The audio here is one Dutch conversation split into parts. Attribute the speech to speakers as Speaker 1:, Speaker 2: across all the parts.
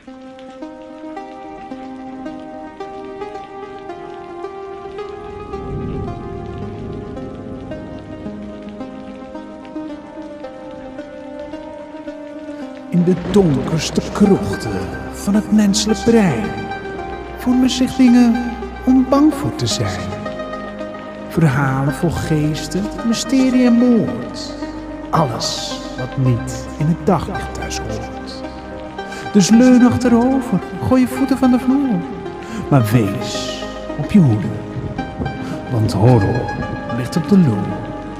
Speaker 1: In de donkerste krochten van het menselijk brein vormen zich dingen om bang voor te zijn. Verhalen vol geesten, mysterie en moord. Alles wat niet in het daglicht thuis hoort. Dus leun achterover, gooi je voeten van de vloer. Maar wees op je hoede, want horror ligt op de loer.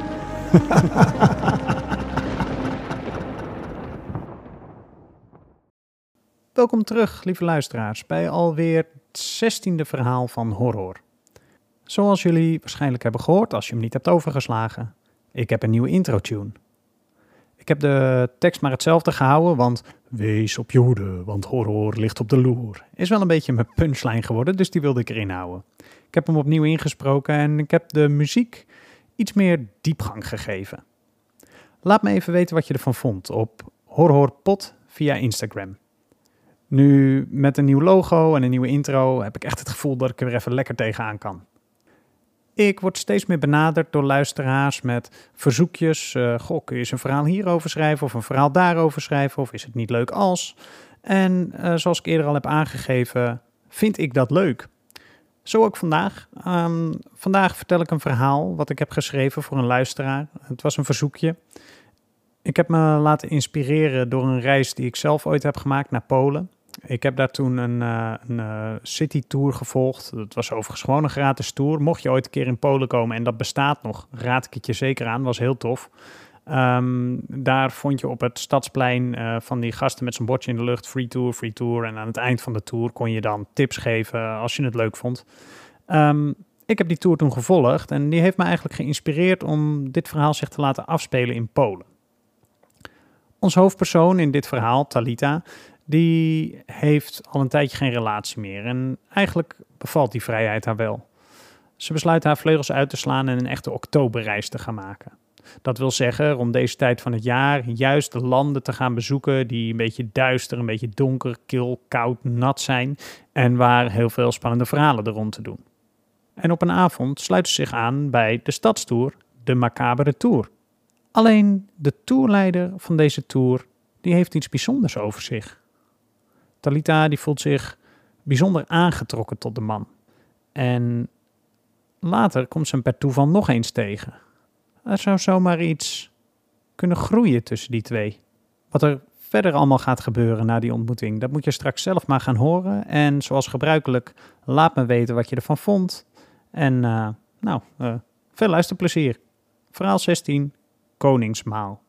Speaker 1: Welkom terug, lieve luisteraars, bij alweer het 16e verhaal van Horror. Zoals jullie waarschijnlijk hebben gehoord als je hem niet hebt overgeslagen, ik heb een nieuwe intro-tune. Ik heb de tekst maar hetzelfde gehouden, want wees op je hoede, want horror ligt op de loer. Is wel een beetje mijn punchline geworden, dus die wilde ik erin houden. Ik heb hem opnieuw ingesproken en ik heb de muziek iets meer diepgang gegeven. Laat me even weten wat je ervan vond op HorrorPod via Instagram. Nu, met een nieuw logo en een nieuwe intro heb ik echt het gevoel dat ik er weer even lekker tegenaan kan. Ik word steeds meer benaderd door luisteraars met verzoekjes. Kun je eens een verhaal hierover schrijven of een verhaal daarover schrijven? Of is het niet leuk als? En zoals ik eerder al heb aangegeven, vind ik dat leuk. Zo ook vandaag. Vandaag vertel ik een verhaal wat ik heb geschreven voor een luisteraar. Het was een verzoekje. Ik heb me laten inspireren door een reis die ik zelf ooit heb gemaakt naar Polen. Ik heb daar toen een citytour gevolgd. Dat was overigens gewoon een gratis tour. Mocht je ooit een keer in Polen komen, en dat bestaat nog, raad ik het je zeker aan. Was heel tof. Daar vond je op het stadsplein van die gasten met zo'n bordje in de lucht, free tour, free tour. En aan het eind van de tour kon je dan tips geven als je het leuk vond. Ik heb die tour toen gevolgd en die heeft me eigenlijk geïnspireerd om dit verhaal zich te laten afspelen in Polen. Ons hoofdpersoon in dit verhaal, Talita, die heeft al een tijdje geen relatie meer. En eigenlijk bevalt die vrijheid haar wel. Ze besluit haar vleugels uit te slaan en een echte oktoberreis te gaan maken. Dat wil zeggen, rond deze tijd van het jaar juist de landen te gaan bezoeken die een beetje duister, een beetje donker, kil, koud, nat zijn. En waar heel veel spannende verhalen er rond te doen. En op een avond sluit ze zich aan bij de stadstour, de Macabere Tour. Alleen de tourleider van deze tour, die heeft iets bijzonders over zich. Talita die voelt zich bijzonder aangetrokken tot de man. En later komt ze hem per toeval nog eens tegen. Er zou zomaar iets kunnen groeien tussen die twee. Wat er verder allemaal gaat gebeuren na die ontmoeting, dat moet je straks zelf maar gaan horen. En zoals gebruikelijk, laat me weten wat je ervan vond. En veel luisterplezier. Verhaal 16, Koningsmaal.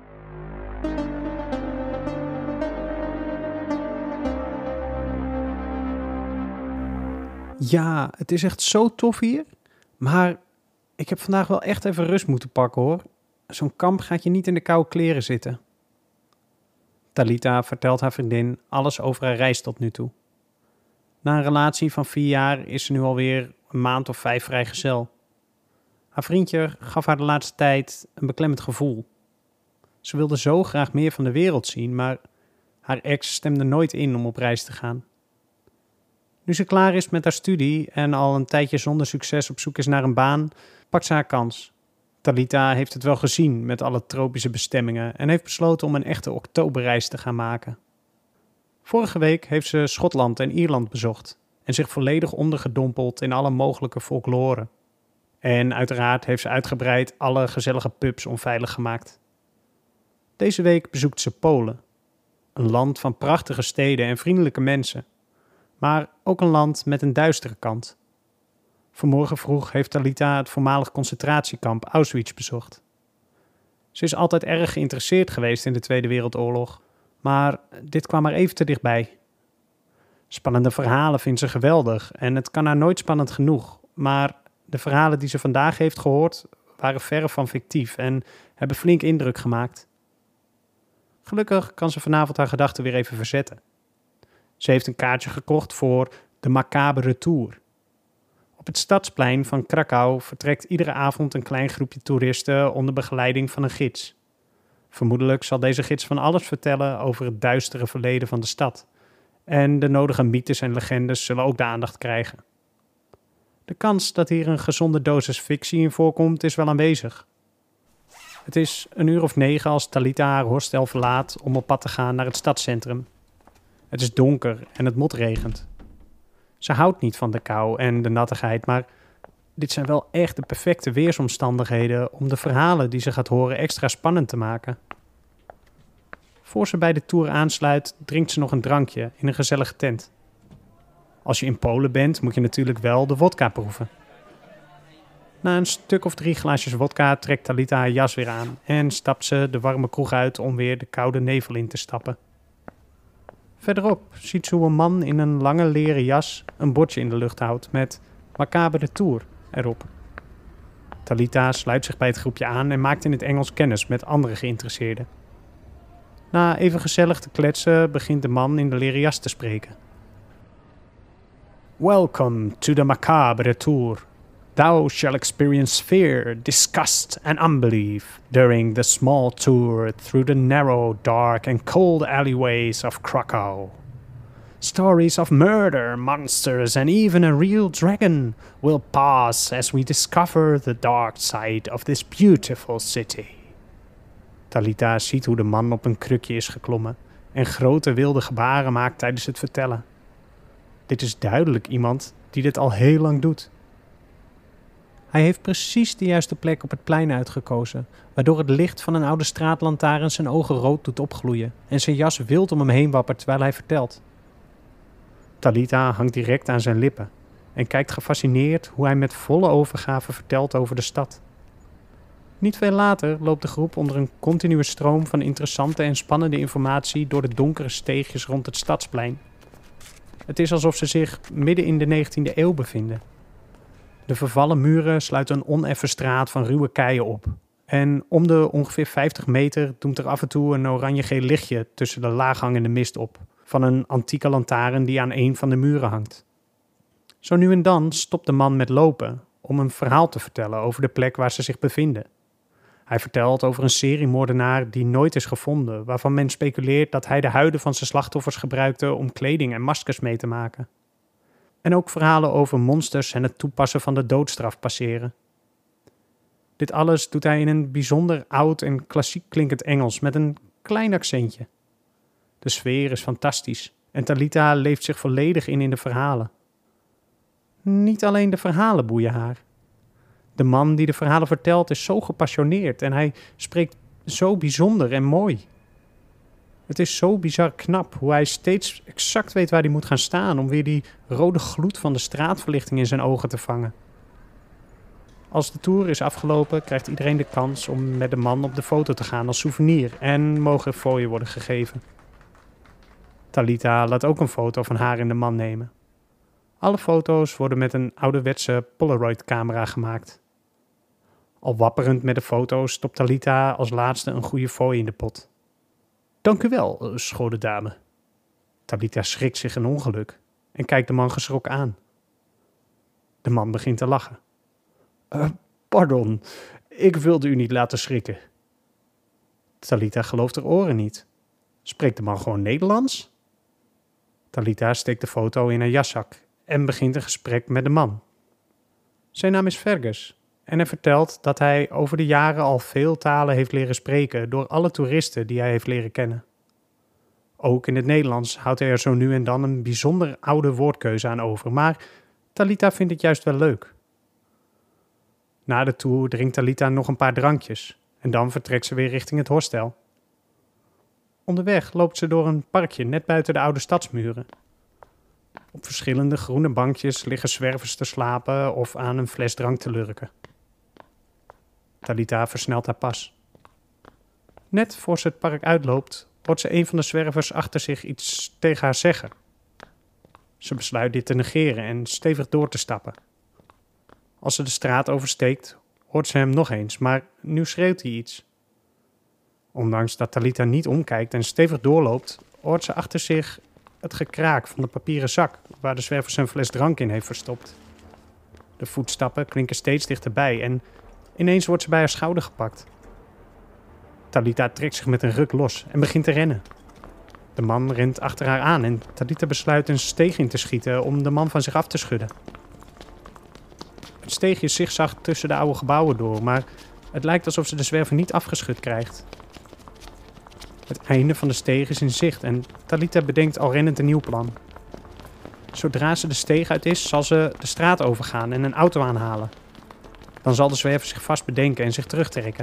Speaker 1: Ja, het is echt zo tof hier. Maar ik heb vandaag wel echt even rust moeten pakken hoor. Zo'n kamp gaat je niet in de koude kleren zitten. Talita vertelt haar vriendin alles over haar reis tot nu toe. Na een relatie van 4 jaar is ze nu alweer een maand of 5 vrijgezel. Haar vriendje gaf haar de laatste tijd een beklemmend gevoel. Ze wilde zo graag meer van de wereld zien, maar haar ex stemde nooit in om op reis te gaan. Nu ze klaar is met haar studie en al een tijdje zonder succes op zoek is naar een baan, pakt ze haar kans. Talita heeft het wel gezien met alle tropische bestemmingen en heeft besloten om een echte oktoberreis te gaan maken. Vorige week heeft ze Schotland en Ierland bezocht en zich volledig ondergedompeld in alle mogelijke folklore. En uiteraard heeft ze uitgebreid alle gezellige pubs onveilig gemaakt. Deze week bezoekt ze Polen. Een land van prachtige steden en vriendelijke mensen. Maar ook een land met een duistere kant. Vanmorgen vroeg heeft Talita het voormalig concentratiekamp Auschwitz bezocht. Ze is altijd erg geïnteresseerd geweest in de Tweede Wereldoorlog, maar dit kwam er even te dichtbij. Spannende verhalen vindt ze geweldig en het kan haar nooit spannend genoeg, maar de verhalen die ze vandaag heeft gehoord waren verre van fictief en hebben flink indruk gemaakt. Gelukkig kan ze vanavond haar gedachten weer even verzetten. Ze heeft een kaartje gekocht voor de Macabere Tour. Op het stadsplein van Krakau vertrekt iedere avond een klein groepje toeristen onder begeleiding van een gids. Vermoedelijk zal deze gids van alles vertellen over het duistere verleden van de stad. En de nodige mythes en legendes zullen ook de aandacht krijgen. De kans dat hier een gezonde dosis fictie in voorkomt is wel aanwezig. Het is 9:00 als Talita haar hostel verlaat om op pad te gaan naar het stadscentrum. Het is donker en het motregent. Ze houdt niet van de kou en de nattigheid, maar dit zijn wel echt de perfecte weersomstandigheden om de verhalen die ze gaat horen extra spannend te maken. Voor ze bij de tour aansluit, drinkt ze nog een drankje in een gezellige tent. Als je in Polen bent, moet je natuurlijk wel de wodka proeven. Na een stuk of 3 glaasjes wodka trekt Talita haar jas weer aan en stapt ze de warme kroeg uit om weer de koude nevel in te stappen. Verderop ziet ze hoe een man in een lange leren jas een bordje in de lucht houdt met Macabre Tour erop. Talita sluit zich bij het groepje aan en maakt in het Engels kennis met andere geïnteresseerden. Na even gezellig te kletsen begint de man in de leren jas te spreken. Welcome to the Macabre Tour. Thou shall experience fear, disgust and unbelief during the small tour through the narrow, dark and cold alleyways of Krakow. Stories of murder, monsters and even a real dragon will pass as we discover the dark side of this beautiful city. Talita ziet hoe de man op een krukje is geklommen en grote wilde gebaren maakt tijdens het vertellen. Dit is duidelijk iemand die dit al heel lang doet. Hij heeft precies de juiste plek op het plein uitgekozen, waardoor het licht van een oude straatlantaarn zijn ogen rood doet opgloeien en zijn jas wild om hem heen wappert terwijl hij vertelt. Talita hangt direct aan zijn lippen en kijkt gefascineerd hoe hij met volle overgave vertelt over de stad. Niet veel later loopt de groep onder een continue stroom van interessante en spannende informatie door de donkere steegjes rond het stadsplein. Het is alsof ze zich midden in de 19e eeuw bevinden. De vervallen muren sluiten een oneffen straat van ruwe keien op. En om de ongeveer 50 meter doemt er af en toe een oranje-geel lichtje tussen de laaghangende mist op, van een antieke lantaarn die aan een van de muren hangt. Zo nu en dan stopt de man met lopen om een verhaal te vertellen over de plek waar ze zich bevinden. Hij vertelt over een seriemoordenaar die nooit is gevonden, waarvan men speculeert dat hij de huiden van zijn slachtoffers gebruikte om kleding en maskers mee te maken. En ook verhalen over monsters en het toepassen van de doodstraf passeren. Dit alles doet hij in een bijzonder oud en klassiek klinkend Engels met een klein accentje. De sfeer is fantastisch en Talita leeft zich volledig in de verhalen. Niet alleen de verhalen boeien haar. De man die de verhalen vertelt is zo gepassioneerd en hij spreekt zo bijzonder en mooi. Het is zo bizar knap hoe hij steeds exact weet waar hij moet gaan staan om weer die rode gloed van de straatverlichting in zijn ogen te vangen. Als de tour is afgelopen krijgt iedereen de kans om met de man op de foto te gaan als souvenir en mogen fooien worden gegeven. Talita laat ook een foto van haar en de man nemen. Alle foto's worden met een ouderwetse Polaroid-camera gemaakt. Al wapperend met de foto's stopt Talita als laatste een goede fooi in de pot. Dank u wel, schone dame. Talita schrikt zich een ongeluk en kijkt de man geschrokken aan. De man begint te lachen. Pardon, ik wilde u niet laten schrikken. Talita gelooft haar oren niet. Spreekt de man gewoon Nederlands? Talita steekt de foto in haar jaszak en begint een gesprek met de man. Zijn naam is Fergus en hij vertelt dat hij over de jaren al veel talen heeft leren spreken door alle toeristen die hij heeft leren kennen. Ook in het Nederlands houdt hij er zo nu en dan een bijzonder oude woordkeuze aan over, maar Talita vindt het juist wel leuk. Na de tour drinkt Talita nog een paar drankjes en dan vertrekt ze weer richting het hostel. Onderweg loopt ze door een parkje net buiten de oude stadsmuren. Op verschillende groene bankjes liggen zwervers te slapen of aan een fles drank te lurken. Talita versnelt haar pas. Net voor ze het park uitloopt, hoort ze een van de zwervers achter zich iets tegen haar zeggen. Ze besluit dit te negeren en stevig door te stappen. Als ze de straat oversteekt, hoort ze hem nog eens, maar nu schreeuwt hij iets. Ondanks dat Talita niet omkijkt en stevig doorloopt, hoort ze achter zich het gekraak van de papieren zak waar de zwerver zijn fles drank in heeft verstopt. De voetstappen klinken steeds dichterbij en ineens wordt ze bij haar schouder gepakt. Talita trekt zich met een ruk los en begint te rennen. De man rent achter haar aan en Talita besluit een steeg in te schieten om de man van zich af te schudden. Het steegje zigzagt tussen de oude gebouwen door, maar het lijkt alsof ze de zwerver niet afgeschud krijgt. Het einde van de steeg is in zicht en Talita bedenkt al rennend een nieuw plan. Zodra ze de steeg uit is, zal ze de straat overgaan en een auto aanhalen. Dan zal de zwerver zich vast bedenken en zich terugtrekken.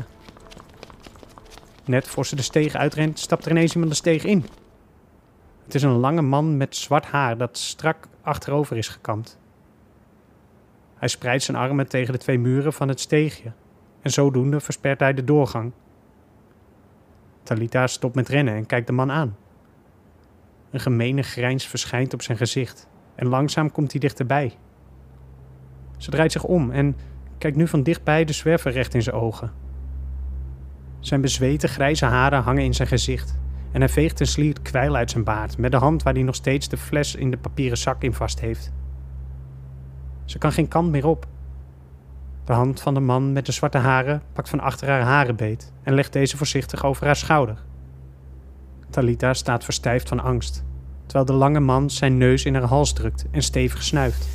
Speaker 1: Net voor ze de steeg uitrent, stapt er ineens iemand de steeg in. Het is een lange man met zwart haar dat strak achterover is gekamd. Hij spreidt zijn armen tegen de 2 muren van het steegje en zodoende verspert hij de doorgang. Talita stopt met rennen en kijkt de man aan. Een gemene grijns verschijnt op zijn gezicht en langzaam komt hij dichterbij. Ze draait zich om en kijkt nu van dichtbij de zwerver recht in zijn ogen. Zijn bezweten grijze haren hangen in zijn gezicht en hij veegt een sliert kwijl uit zijn baard met de hand waar hij nog steeds de fles in de papieren zak in vast heeft. Ze kan geen kant meer op. De hand van de man met de zwarte haren pakt van achter haar haren beet en legt deze voorzichtig over haar schouder. Talita staat verstijfd van angst, terwijl de lange man zijn neus in haar hals drukt en stevig snuift.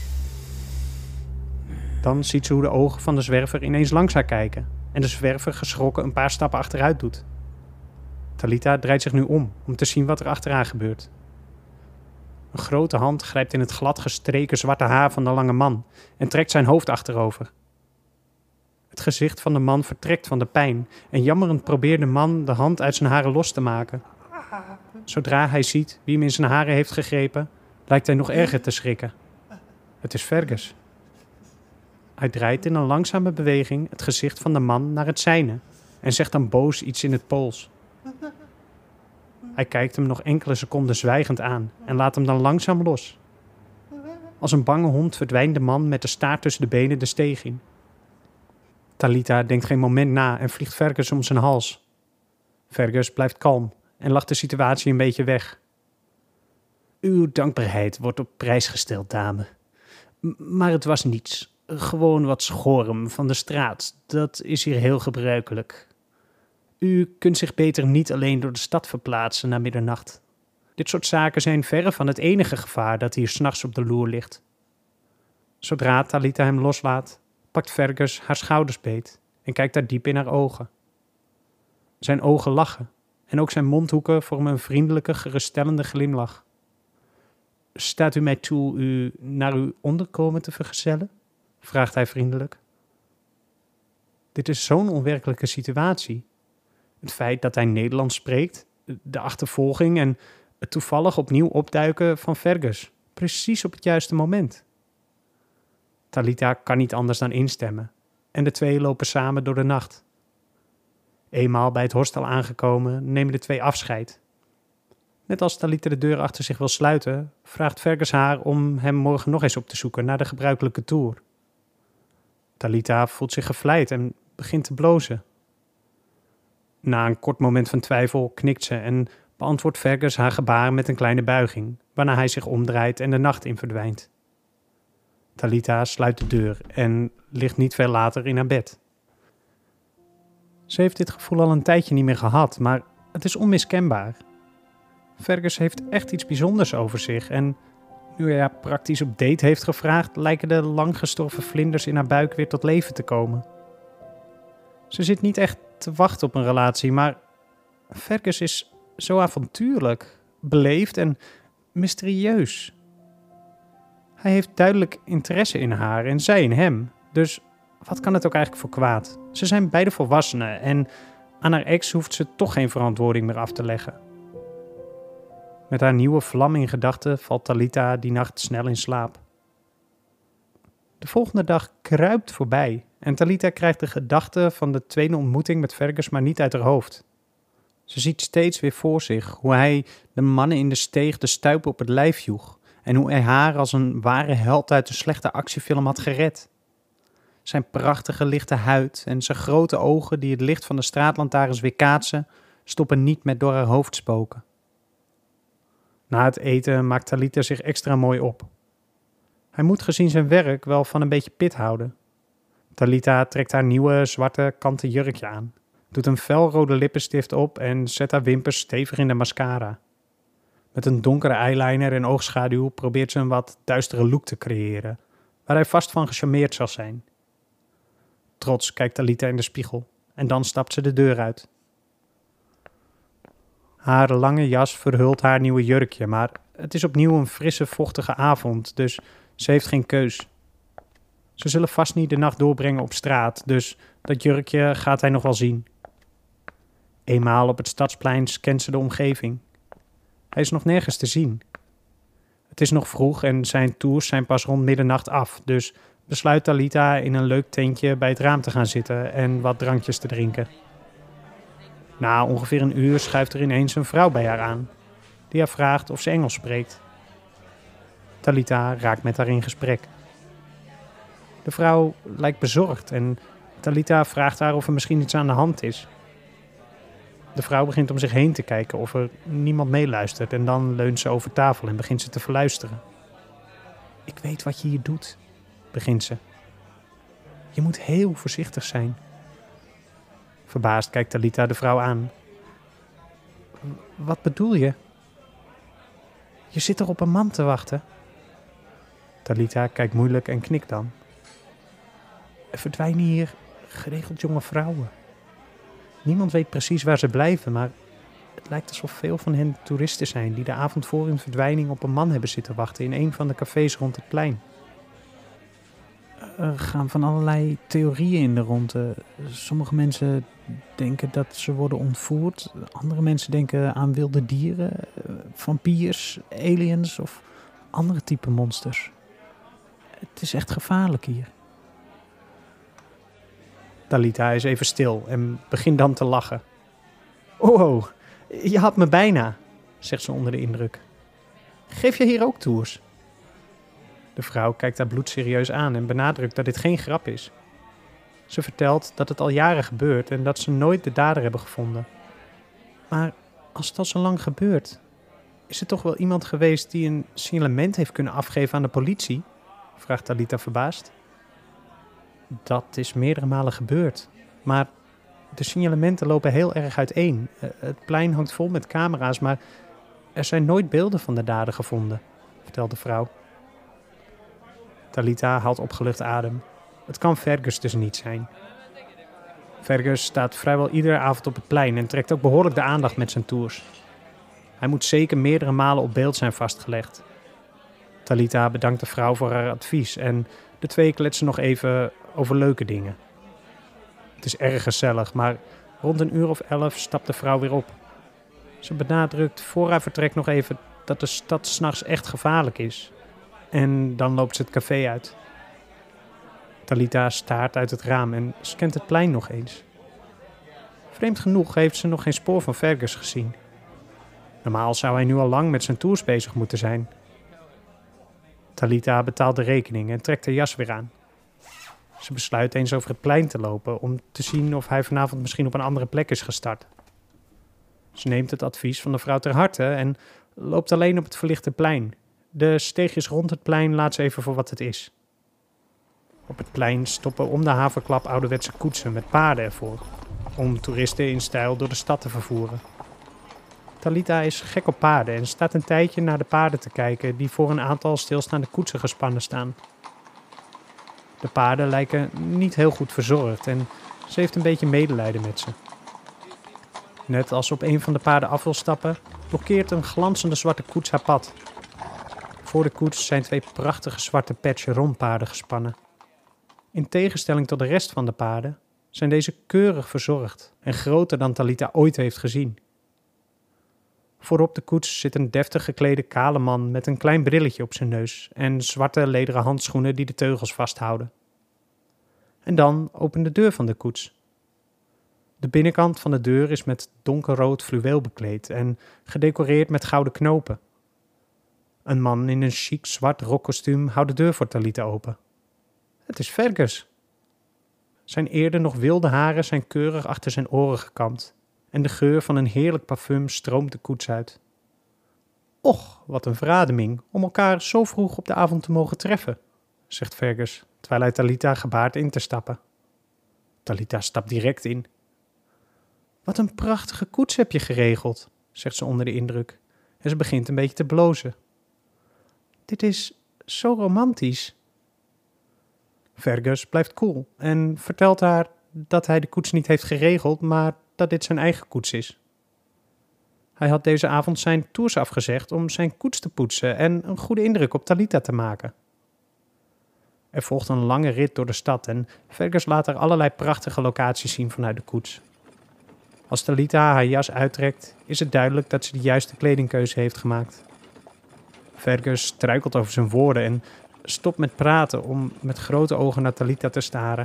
Speaker 1: Dan ziet ze hoe de ogen van de zwerver ineens langs haar kijken en de zwerver geschrokken een paar stappen achteruit doet. Talita draait zich nu om te zien wat er achter haar gebeurt. Een grote hand grijpt in het glad gestreken zwarte haar van de lange man en trekt zijn hoofd achterover. Het gezicht van de man vertrekt van de pijn en jammerend probeert de man de hand uit zijn haren los te maken. Zodra hij ziet wie hem in zijn haren heeft gegrepen, lijkt hij nog erger te schrikken. Het is Fergus. Hij draait in een langzame beweging het gezicht van de man naar het zijne en zegt dan boos iets in het Pools. Hij kijkt hem nog enkele seconden zwijgend aan en laat hem dan langzaam los. Als een bange hond verdwijnt de man met de staart tussen de benen de steeg in. Talita denkt geen moment na en vliegt Fergus om zijn hals. Fergus blijft kalm en lacht de situatie een beetje weg. Uw dankbaarheid wordt op prijs gesteld, dame. Maar het was niets. Gewoon wat schorm van de straat. Dat is hier heel gebruikelijk. U kunt zich beter niet alleen door de stad verplaatsen na middernacht. Dit soort zaken zijn verre van het enige gevaar dat hier 's nachts op de loer ligt. Zodra Talita hem loslaat, pakt Fergus haar schouders beet en kijkt daar diep in haar ogen. Zijn ogen lachen en ook zijn mondhoeken vormen een vriendelijke, geruststellende glimlach. Staat u mij toe u naar uw onderkomen te vergezellen? Vraagt hij vriendelijk. Dit is zo'n onwerkelijke situatie. Het feit dat hij Nederlands spreekt, de achtervolging en het toevallig opnieuw opduiken van Fergus, precies op het juiste moment. Talita kan niet anders dan instemmen en de 2 lopen samen door de nacht. Eenmaal bij het hostel aangekomen nemen de 2 afscheid. Net als Talita de deur achter zich wil sluiten, vraagt Fergus haar om hem morgen nog eens op te zoeken naar de gebruikelijke toer. Talita voelt zich gevleid en begint te blozen. Na een kort moment van twijfel knikt ze en beantwoordt Fergus haar gebaar met een kleine buiging, waarna hij zich omdraait en de nacht in verdwijnt. Talita sluit de deur en ligt niet veel later in haar bed. Ze heeft dit gevoel al een tijdje niet meer gehad, maar het is onmiskenbaar. Fergus heeft echt iets bijzonders over zich en nu hij haar praktisch op date heeft gevraagd, lijken de lang gestorven vlinders in haar buik weer tot leven te komen. Ze zit niet echt te wachten op een relatie, maar Fergus is zo avontuurlijk, beleefd en mysterieus. Hij heeft duidelijk interesse in haar en zij in hem, dus wat kan het ook eigenlijk voor kwaad? Ze zijn beide volwassenen en aan haar ex hoeft ze toch geen verantwoording meer af te leggen. Met haar nieuwe vlam in gedachten valt Talita die nacht snel in slaap. De volgende dag kruipt voorbij en Talita krijgt de gedachte van de tweede ontmoeting met Fergus maar niet uit haar hoofd. Ze ziet steeds weer voor zich hoe hij de mannen in de steeg de stuip op het lijf joeg en hoe hij haar als een ware held uit een slechte actiefilm had gered. Zijn prachtige lichte huid en zijn grote ogen die het licht van de straatlantaarns weerkaatsen, stoppen niet met door haar hoofd spoken. Na het eten maakt Talita zich extra mooi op. Hij moet gezien zijn werk wel van een beetje pit houden. Talita trekt haar nieuwe zwarte kanten jurkje aan, doet een felrode lippenstift op en zet haar wimpers stevig in de mascara. Met een donkere eyeliner en oogschaduw probeert ze een wat duistere look te creëren, waar hij vast van gecharmeerd zal zijn. Trots kijkt Talita in de spiegel en dan stapt ze de deur uit. Haar lange jas verhult haar nieuwe jurkje, maar het is opnieuw een frisse, vochtige avond, dus ze heeft geen keus. Ze zullen vast niet de nacht doorbrengen op straat, dus dat jurkje gaat hij nog wel zien. Eenmaal op het stadsplein scant ze de omgeving. Hij is nog nergens te zien. Het is nog vroeg en zijn tours zijn pas rond middernacht af, dus besluit Talita in een leuk tentje bij het raam te gaan zitten en wat drankjes te drinken. Na ongeveer een uur schuift er ineens een vrouw bij haar aan, die haar vraagt of ze Engels spreekt. Talita raakt met haar in gesprek. De vrouw lijkt bezorgd en Talita vraagt haar of er misschien iets aan de hand is. De vrouw begint om zich heen te kijken of er niemand meeluistert en dan leunt ze over tafel en begint ze te verluisteren. Ik weet wat je hier doet, begint ze. Je moet heel voorzichtig zijn. Verbaasd kijkt Talita de vrouw aan. Wat bedoel je? Je zit er op een man te wachten. Talita kijkt moeilijk en knikt dan. Er verdwijnen hier geregeld jonge vrouwen. Niemand weet precies waar ze blijven, maar het lijkt alsof veel van hen toeristen zijn die de avond voor hun verdwijning op een man hebben zitten wachten in een van de cafés rond het plein. Er gaan van allerlei theorieën in de ronde. Sommige mensen denken dat ze worden ontvoerd. Andere mensen denken aan wilde dieren, vampiers, aliens of andere type monsters. Het is echt gevaarlijk hier. Talita is even stil en begint dan te lachen. Oh, je had me bijna, zegt ze onder de indruk. Geef je hier ook tours? De vrouw kijkt haar bloedserieus aan en benadrukt dat dit geen grap is. Ze vertelt dat het al jaren gebeurt en dat ze nooit de dader hebben gevonden. Maar als het al zo lang gebeurt, is er toch wel iemand geweest die een signalement heeft kunnen afgeven aan de politie? Vraagt Talita verbaasd. Dat is meerdere malen gebeurd, maar de signalementen lopen heel erg uiteen. Het plein hangt vol met camera's, maar er zijn nooit beelden van de dader gevonden, vertelt de vrouw. Talita haalt opgelucht adem. Het kan Fergus dus niet zijn. Fergus staat vrijwel iedere avond op het plein en trekt ook behoorlijk de aandacht met zijn tours. Hij moet zeker meerdere malen op beeld zijn vastgelegd. Talita bedankt de vrouw voor haar advies en de twee kletsen nog even over leuke dingen. Het is erg gezellig, maar rond 11:00 stapt de vrouw weer op. Ze benadrukt voor haar vertrek nog even dat de stad 's nachts echt gevaarlijk is. En dan loopt ze het café uit. Talita staart uit het raam en scant het plein nog eens. Vreemd genoeg heeft ze nog geen spoor van Fergus gezien. Normaal zou hij nu al lang met zijn tours bezig moeten zijn. Talita betaalt de rekening en trekt haar jas weer aan. Ze besluit eens over het plein te lopen om te zien of hij vanavond misschien op een andere plek is gestart. Ze neemt het advies van de vrouw ter harte en loopt alleen op het verlichte plein. De steegjes rond het plein laat ze even voor wat het is. Op het plein stoppen om de haverklap ouderwetse koetsen met paarden ervoor, om toeristen in stijl door de stad te vervoeren. Talita is gek op paarden en staat een tijdje naar de paarden te kijken die voor een aantal stilstaande koetsen gespannen staan. De paarden lijken niet heel goed verzorgd en ze heeft een beetje medelijden met ze. Net als ze op een van de paarden af wil stappen, blokkeert een glanzende zwarte koets haar pad. Voor de koets zijn twee prachtige zwarte Percheron-paarden gespannen. In tegenstelling tot de rest van de paarden zijn deze keurig verzorgd en groter dan Talita ooit heeft gezien. Voorop de koets zit een deftig geklede kale man met een klein brilletje op zijn neus en zwarte lederen handschoenen die de teugels vasthouden. En dan opent de deur van de koets. De binnenkant van de deur is met donkerrood fluweel bekleed en gedecoreerd met gouden knopen. Een man in een chic zwart rokkostuum houdt de deur voor Talita open. Het is Fergus. Zijn eerder nog wilde haren zijn keurig achter zijn oren gekamd en de geur van een heerlijk parfum stroomt de koets uit. Och, wat een verademing om elkaar zo vroeg op de avond te mogen treffen, zegt Fergus, terwijl hij Talita gebaart in te stappen. Talita stapt direct in. Wat een prachtige koets heb je geregeld, zegt ze onder de indruk. en ze begint een beetje te blozen. Dit is zo romantisch. Fergus blijft koel en vertelt haar dat hij de koets niet heeft geregeld, maar dat dit zijn eigen koets is. Hij had deze avond zijn tours afgezegd om zijn koets te poetsen en een goede indruk op Talita te maken. Er volgt een lange rit door de stad en Fergus laat haar allerlei prachtige locaties zien vanuit de koets. Als Talita haar jas uittrekt, is het duidelijk dat ze de juiste kledingkeuze heeft gemaakt. Fergus struikelt over zijn woorden en stopt met praten om met grote ogen naar Talita te staren.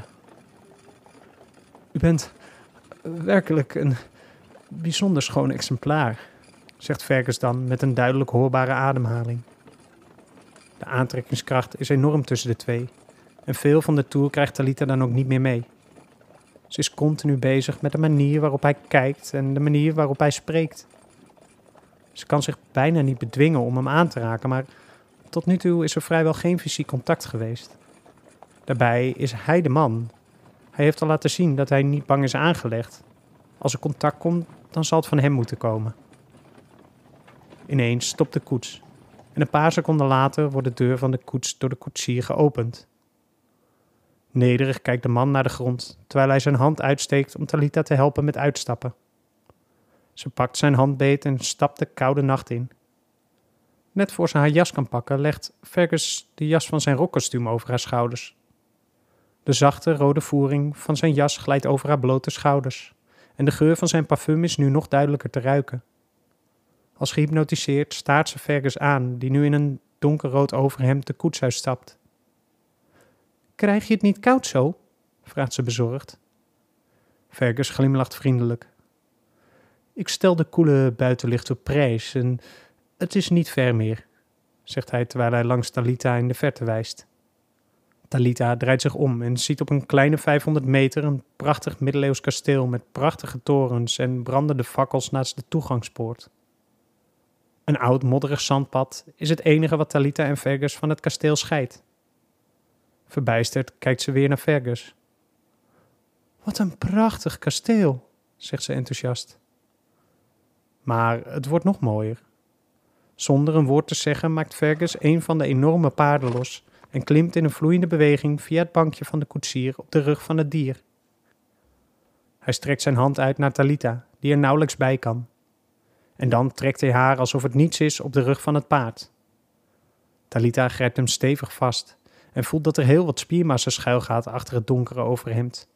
Speaker 1: U bent werkelijk een bijzonder schoon exemplaar, zegt Fergus dan met een duidelijk hoorbare ademhaling. De aantrekkingskracht is enorm tussen de twee en veel van de tour krijgt Talita dan ook niet meer mee. Ze is continu bezig met de manier waarop hij kijkt en de manier waarop hij spreekt. Ze kan zich bijna niet bedwingen om hem aan te raken, maar tot nu toe is er vrijwel geen fysiek contact geweest. Daarbij is hij de man. Hij heeft al laten zien dat hij niet bang is aangelegd. Als er contact komt, dan zal het van hem moeten komen. Ineens stopt de koets en een paar seconden later wordt de deur van de koets door de koetsier geopend. Nederig kijkt de man naar de grond, terwijl hij zijn hand uitsteekt om Talita te helpen met uitstappen. Ze pakt zijn hand beet en stapt de koude nacht in. Net voor ze haar jas kan pakken, legt Fergus de jas van zijn rokkostuum over haar schouders. De zachte rode voering van zijn jas glijdt over haar blote schouders en de geur van zijn parfum is nu nog duidelijker te ruiken. Als gehypnotiseerd staart ze Fergus aan, die nu in een donkerrood overhemd de koets uitstapt. Krijg je het niet koud zo? Vraagt ze bezorgd. Fergus glimlacht vriendelijk. Ik stel de koele buitenlicht op prijs en het is niet ver meer, zegt hij terwijl hij langs Talita in de verte wijst. Talita draait zich om en ziet op een kleine 500 meter een prachtig middeleeuws kasteel met prachtige torens en brandende fakkels naast de toegangspoort. Een oud modderig zandpad is het enige wat Talita en Fergus van het kasteel scheidt. Verbijsterd kijkt ze weer naar Fergus. Wat een prachtig kasteel, zegt ze enthousiast. Maar het wordt nog mooier. Zonder een woord te zeggen maakt Fergus een van de enorme paarden los en klimt in een vloeiende beweging via het bankje van de koetsier op de rug van het dier. Hij strekt zijn hand uit naar Talita, die er nauwelijks bij kan. En dan trekt hij haar alsof het niets is op de rug van het paard. Talita grijpt hem stevig vast en voelt dat er heel wat spiermassa schuilgaat achter het donkere overhemd.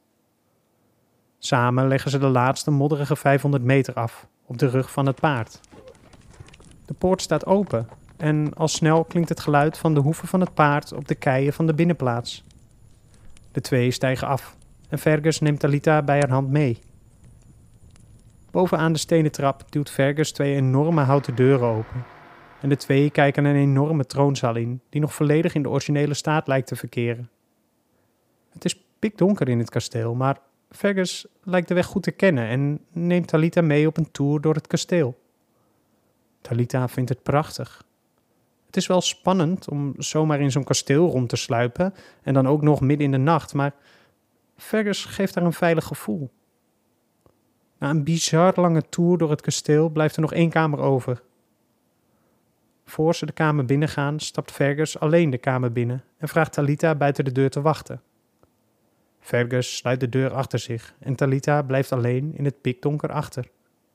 Speaker 1: Samen leggen ze de laatste modderige 500 meter af op de rug van het paard. De poort staat open en al snel klinkt het geluid van de hoeven van het paard op de keien van de binnenplaats. De twee stijgen af en Fergus neemt Talita bij haar hand mee. Bovenaan de stenen trap duwt Fergus twee enorme houten deuren open en de twee kijken een enorme troonzaal in die nog volledig in de originele staat lijkt te verkeren. Het is pikdonker in het kasteel, maar Fergus lijkt de weg goed te kennen en neemt Talita mee op een tour door het kasteel. Talita vindt het prachtig. Het is wel spannend om zomaar in zo'n kasteel rond te sluipen en dan ook nog midden in de nacht, maar Fergus geeft haar een veilig gevoel. Na een bizar lange tour door het kasteel blijft er nog 1 kamer over. Voor ze de kamer binnengaan, stapt Fergus alleen de kamer binnen en vraagt Talita buiten de deur te wachten. Fergus sluit de deur achter zich en Talita blijft alleen in het pikdonker achter.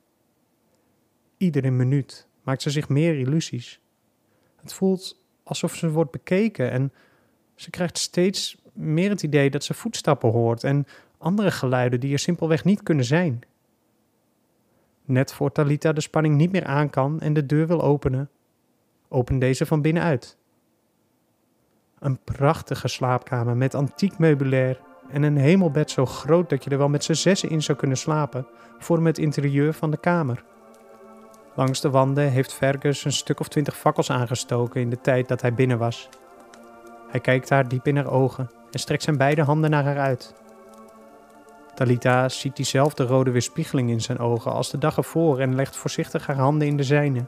Speaker 1: Iedere minuut maakt ze zich meer illusies. Het voelt alsof ze wordt bekeken en ze krijgt steeds meer het idee dat ze voetstappen hoort en andere geluiden die er simpelweg niet kunnen zijn. Net voor Talita de spanning niet meer aan kan en de deur wil openen, opent deze van binnenuit. Een prachtige slaapkamer met antiek meubilair en een hemelbed zo groot dat je er wel met z'n 6 in zou kunnen slapen, vormen het interieur van de kamer. Langs de wanden heeft Fergus een stuk of 20 fakkels aangestoken in de tijd dat hij binnen was. Hij kijkt haar diep in haar ogen en strekt zijn beide handen naar haar uit. Talita ziet diezelfde rode weerspiegeling in zijn ogen als de dag ervoor en legt voorzichtig haar handen in de zijne.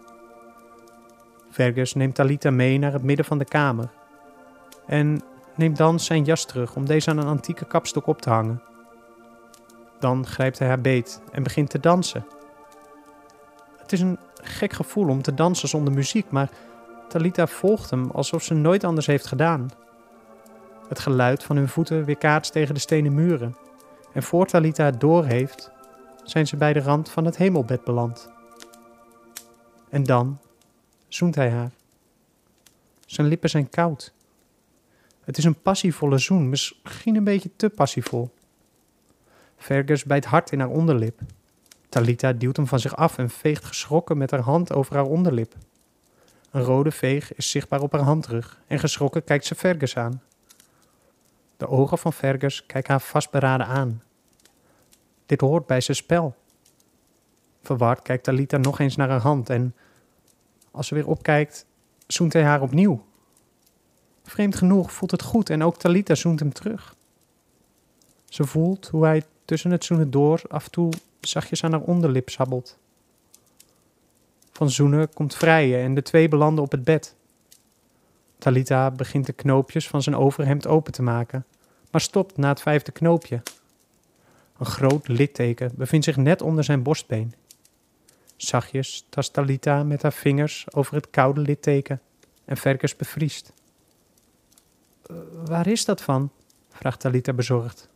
Speaker 1: Fergus neemt Talita mee naar het midden van de kamer en neemt dan zijn jas terug om deze aan een antieke kapstok op te hangen. Dan grijpt hij haar beet en begint te dansen. Het is een gek gevoel om te dansen zonder muziek, maar Talita volgt hem alsof ze nooit anders heeft gedaan. Het geluid van hun voeten weerkaatst tegen de stenen muren. En voor Talita het doorheeft, zijn ze bij de rand van het hemelbed beland. En dan zoent hij haar. Zijn lippen zijn koud. Het is een passievolle zoen, misschien een beetje te passievol. Fergus bijt hard in haar onderlip. Talita duwt hem van zich af en veegt geschrokken met haar hand over haar onderlip. Een rode veeg is zichtbaar op haar handrug en geschrokken kijkt ze Fergus aan. De ogen van Fergus kijken haar vastberaden aan. Dit hoort bij zijn spel. Verward kijkt Talita nog eens naar haar hand en als ze weer opkijkt, zoent hij haar opnieuw. Vreemd genoeg voelt het goed en ook Talita zoent hem terug. Ze voelt hoe hij tussen het zoenen door af en toe zachtjes aan haar onderlip sabbelt. Van zoenen komt vrijen en de twee belanden op het bed. Talita begint de knoopjes van zijn overhemd open te maken, maar stopt na het 5e knoopje. Een groot litteken bevindt zich net onder zijn borstbeen. Zachtjes tast Talita met haar vingers over het koude litteken en Fergus bevriest. Waar is dat van? Vraagt Talita bezorgd.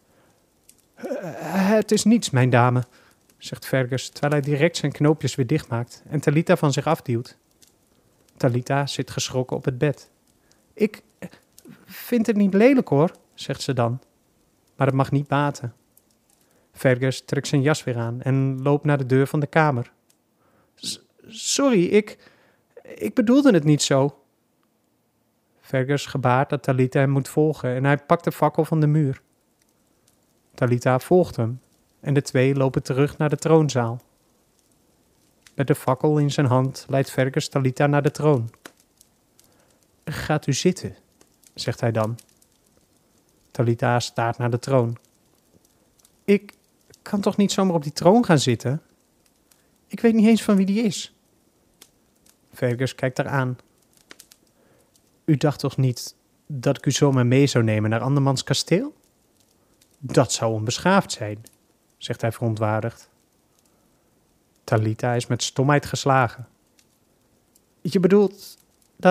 Speaker 1: Het is niets, mijn dame, zegt Fergus, terwijl hij direct zijn knoopjes weer dichtmaakt en Talita van zich afduwt. Talita zit geschrokken op het bed. Ik vind het niet lelijk hoor, zegt ze dan, maar het mag niet baten. Fergus trekt zijn jas weer aan en loopt naar de deur van de kamer. Sorry, ik bedoelde het niet zo. Fergus gebaart dat Talita hem moet volgen en hij pakt de fakkel van de muur. Talita volgt hem en de twee lopen terug naar de troonzaal. Met de fakkel in zijn hand leidt Fergus Talita naar de troon. Gaat u zitten, zegt hij dan. Talita staart naar de troon. Ik kan toch niet zomaar op die troon gaan zitten? Ik weet niet eens van wie die is. Fergus kijkt haar aan. U dacht toch niet dat ik u zomaar mee zou nemen naar andermans kasteel? Dat zou onbeschaafd zijn, zegt hij verontwaardigd. Talita is met stomheid geslagen. Je bedoelt,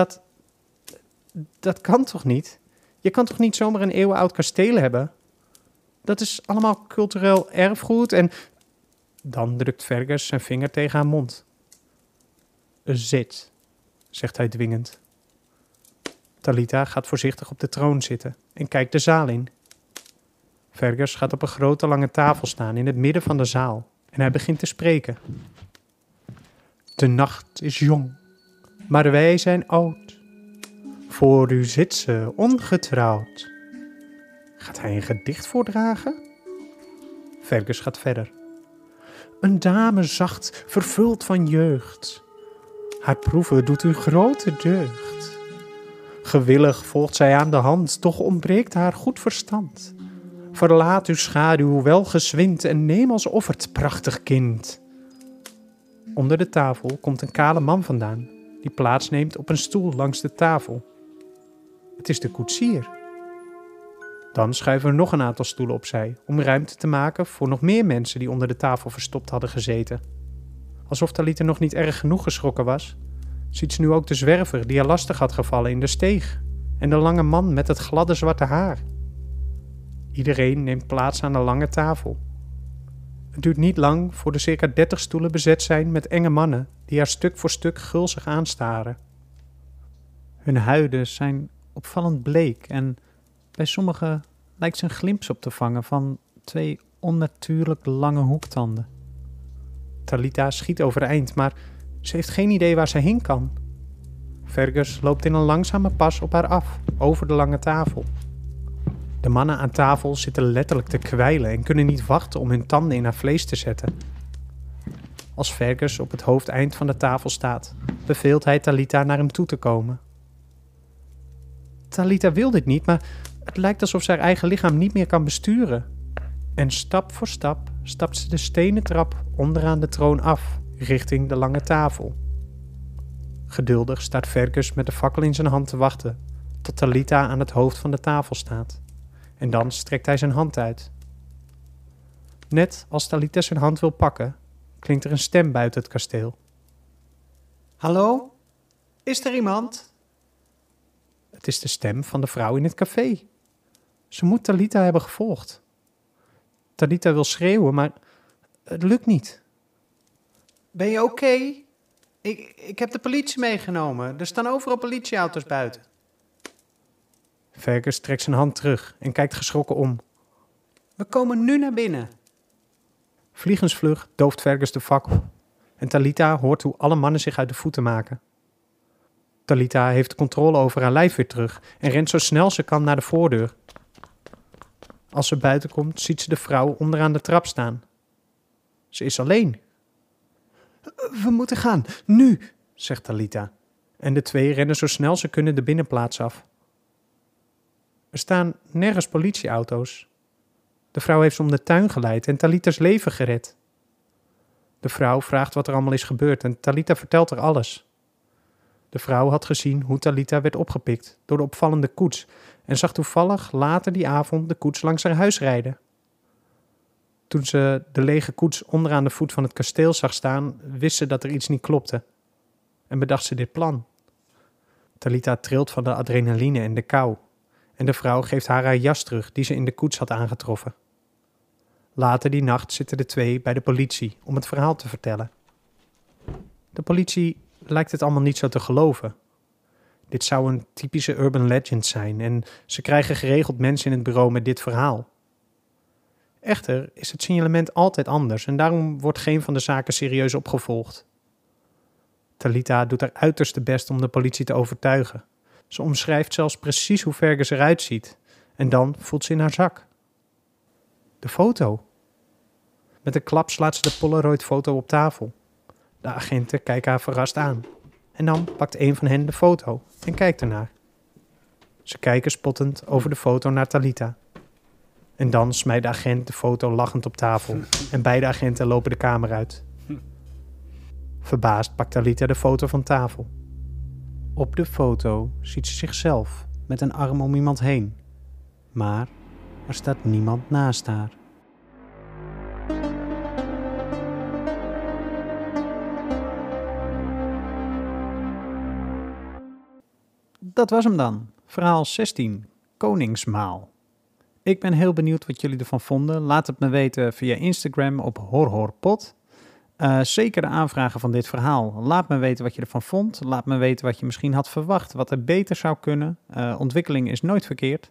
Speaker 1: dat kan toch niet? Je kan toch niet zomaar een eeuwenoud kasteel hebben? Dat is allemaal cultureel erfgoed en... Dan drukt Fergus zijn vinger tegen haar mond. Zit, zegt hij dwingend. Talita gaat voorzichtig op de troon zitten en kijkt de zaal in. Fergus gaat op een grote lange tafel staan in het midden van de zaal en hij begint te spreken. De nacht is jong, maar wij zijn oud. Voor u zit ze ongetrouwd. Gaat hij een gedicht voordragen? Fergus gaat verder. Een dame zacht, vervuld van jeugd. Haar proeven doet u grote deugd. Gewillig volgt zij aan de hand, toch ontbreekt haar goed verstand. Verlaat uw schaduw welgezwind en neem als offer het prachtig kind. Onder de tafel komt een kale man vandaan, die plaatsneemt op een stoel langs de tafel. Het is de koetsier. Dan schuiven er nog een aantal stoelen opzij, om ruimte te maken voor nog meer mensen die onder de tafel verstopt hadden gezeten. Alsof Talita nog niet erg genoeg geschrokken was, ziet ze nu ook de zwerver die haar lastig had gevallen in de steeg en de lange man met het gladde zwarte haar. Iedereen neemt plaats aan de lange tafel. Het duurt niet lang voor de circa 30 stoelen bezet zijn met enge mannen die haar stuk voor stuk gulzig aanstaren. Hun huiden zijn opvallend bleek en bij sommigen lijkt ze een glimp op te vangen van 2 onnatuurlijk lange hoektanden. Talita schiet overeind, maar ze heeft geen idee waar ze heen kan. Fergus loopt in een langzame pas op haar af, over de lange tafel. De mannen aan tafel zitten letterlijk te kwijlen en kunnen niet wachten om hun tanden in haar vlees te zetten. Als Fergus op het hoofdeind van de tafel staat, beveelt hij Talita naar hem toe te komen. Talita wil dit niet, maar het lijkt alsof ze haar eigen lichaam niet meer kan besturen. En stap voor stap stapt ze de stenen trap onderaan de troon af, richting de lange tafel. Geduldig staat Fergus met de fakkel in zijn hand te wachten, tot Talita aan het hoofd van de tafel staat. En dan strekt hij zijn hand uit. Net als Talita zijn hand wil pakken, klinkt er een stem buiten het kasteel. Hallo? Is er iemand? Het is de stem van de vrouw in het café. Ze moet Talita hebben gevolgd. Talita wil schreeuwen, maar het lukt niet. Ben je oké? Ik heb de politie meegenomen. Er staan overal politieauto's buiten. Fergus trekt zijn hand terug en kijkt geschrokken om. We komen nu naar binnen. Vliegensvlug dooft Fergus de fakkel. En Talita hoort hoe alle mannen zich uit de voeten maken. Talita heeft de controle over haar lijf weer terug en rent zo snel ze kan naar de voordeur. Als ze buiten komt, ziet ze de vrouw onderaan de trap staan. Ze is alleen. We moeten gaan, nu, zegt Talita. En de twee rennen zo snel ze kunnen de binnenplaats af. Er staan nergens politieauto's. De vrouw heeft ze om de tuin geleid en Talita's leven gered. De vrouw vraagt wat er allemaal is gebeurd en Talita vertelt er alles. De vrouw had gezien hoe Talita werd opgepikt door de opvallende koets en zag toevallig later die avond de koets langs haar huis rijden. Toen ze de lege koets onderaan de voet van het kasteel zag staan, wist ze dat er iets niet klopte en bedacht ze dit plan. Talita trilt van de adrenaline en de kou en de vrouw geeft haar jas terug die ze in de koets had aangetroffen. Later die nacht zitten de twee bij de politie om het verhaal te vertellen. De politie lijkt het allemaal niet zo te geloven. Dit zou een typische urban legend zijn en ze krijgen geregeld mensen in het bureau met dit verhaal. Echter is het signalement altijd anders en daarom wordt geen van de zaken serieus opgevolgd. Talita doet haar uiterste best om de politie te overtuigen. Ze omschrijft zelfs precies hoe Fergus eruit ziet en dan voelt ze in haar zak. De foto. Met een klap slaat ze de Polaroid-foto op tafel. De agenten kijken haar verrast aan. En dan pakt een van hen de foto en kijkt ernaar. Ze kijken spottend over de foto naar Talita. En dan smijt de agent de foto lachend op tafel. En beide agenten lopen de kamer uit. Verbaasd pakt Talita de foto van tafel. Op de foto ziet ze zichzelf met een arm om iemand heen. Maar er staat niemand naast haar. Dat was hem dan. Verhaal 16. Koningsmaal. Ik ben heel benieuwd wat jullie ervan vonden. Laat het me weten via Instagram op horhorpod. Zeker de aanvragen van dit verhaal. Laat me weten wat je ervan vond. Laat me weten wat je misschien had verwacht. Wat er beter zou kunnen. Ontwikkeling is nooit verkeerd.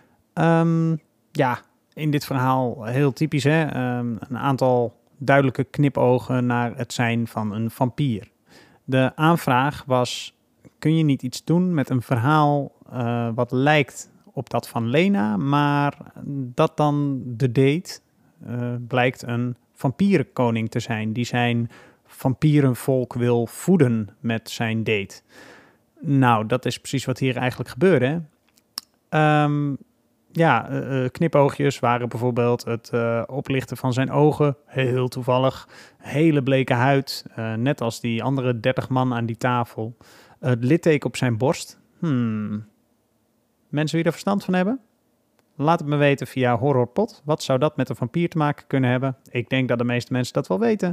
Speaker 1: In dit verhaal heel typisch. Een aantal duidelijke knipogen naar het zijn van een vampier. De aanvraag was: kun je niet iets doen met een verhaal wat lijkt op dat van Lena, maar dat dan de date blijkt een vampierenkoning te zijn die zijn vampierenvolk wil voeden met zijn date. Nou, dat is precies wat hier eigenlijk gebeurde. Knipoogjes waren bijvoorbeeld het oplichten van zijn ogen, heel toevallig, hele bleke huid, net als die andere 30 man aan die tafel. Het litteken op zijn borst. Mensen die er verstand van hebben? Laat het me weten via Horrorpod. Wat zou dat met een vampier te maken kunnen hebben? Ik denk dat de meeste mensen dat wel weten.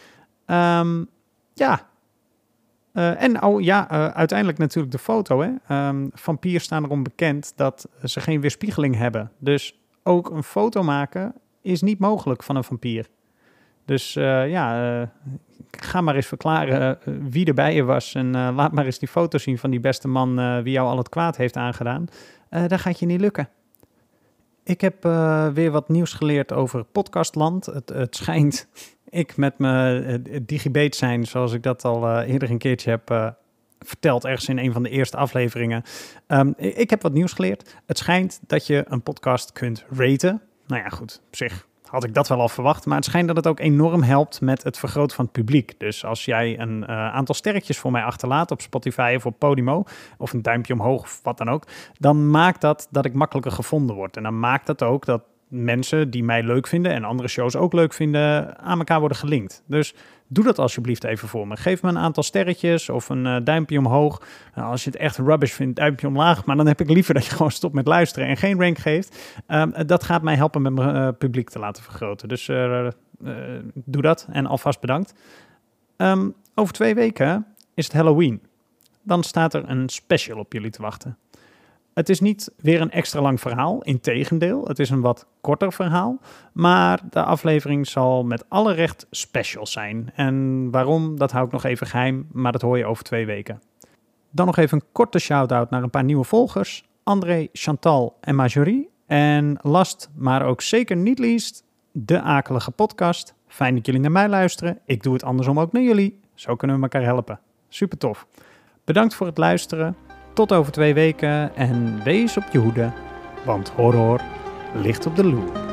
Speaker 1: Uiteindelijk natuurlijk de foto. Vampiers staan erom bekend dat ze geen weerspiegeling hebben. Dus ook een foto maken is niet mogelijk van een vampier. Dus ga maar eens verklaren wie er bij je was. En laat maar eens die foto zien van die beste man wie jou al het kwaad heeft aangedaan. Dat gaat je niet lukken. Ik heb weer wat nieuws geleerd over podcastland. Het schijnt ik met mijn digibate zijn, zoals ik dat al eerder een keertje heb verteld, ergens in een van de eerste afleveringen. Ik heb wat nieuws geleerd. Het schijnt dat je een podcast kunt raten. Nou ja, goed, op zich had ik dat wel al verwacht. Maar het schijnt dat het ook enorm helpt met het vergroten van het publiek. Dus als jij een aantal sterretjes voor mij achterlaat op Spotify of op Podimo, of een duimpje omhoog of wat dan ook, dan maakt dat ik makkelijker gevonden word. En dan maakt dat ook dat mensen die mij leuk vinden en andere shows ook leuk vinden, aan elkaar worden gelinkt. Dus doe dat alsjeblieft even voor me. Geef me een aantal sterretjes of een duimpje omhoog. Als je het echt rubbish vindt, duimpje omlaag. Maar dan heb ik liever dat je gewoon stopt met luisteren en geen rank geeft. Dat gaat mij helpen met mijn publiek te laten vergroten. Dus doe dat en alvast bedankt. Over 2 weken is het Halloween. Dan staat er een special op jullie te wachten. Het is niet weer een extra lang verhaal, integendeel. Het is een wat korter verhaal, maar de aflevering zal met alle recht special zijn. En waarom, dat hou ik nog even geheim, maar dat hoor je over 2 weken. Dan nog even een korte shout-out naar een paar nieuwe volgers. André, Chantal en Marjorie. En last, maar ook zeker niet least, de Akelige Podcast. Fijn dat jullie naar mij luisteren. Ik doe het andersom ook naar jullie. Zo kunnen we elkaar helpen. Super tof. Bedankt voor het luisteren. Tot over 2 weken en wees op je hoede, want horror ligt op de loer.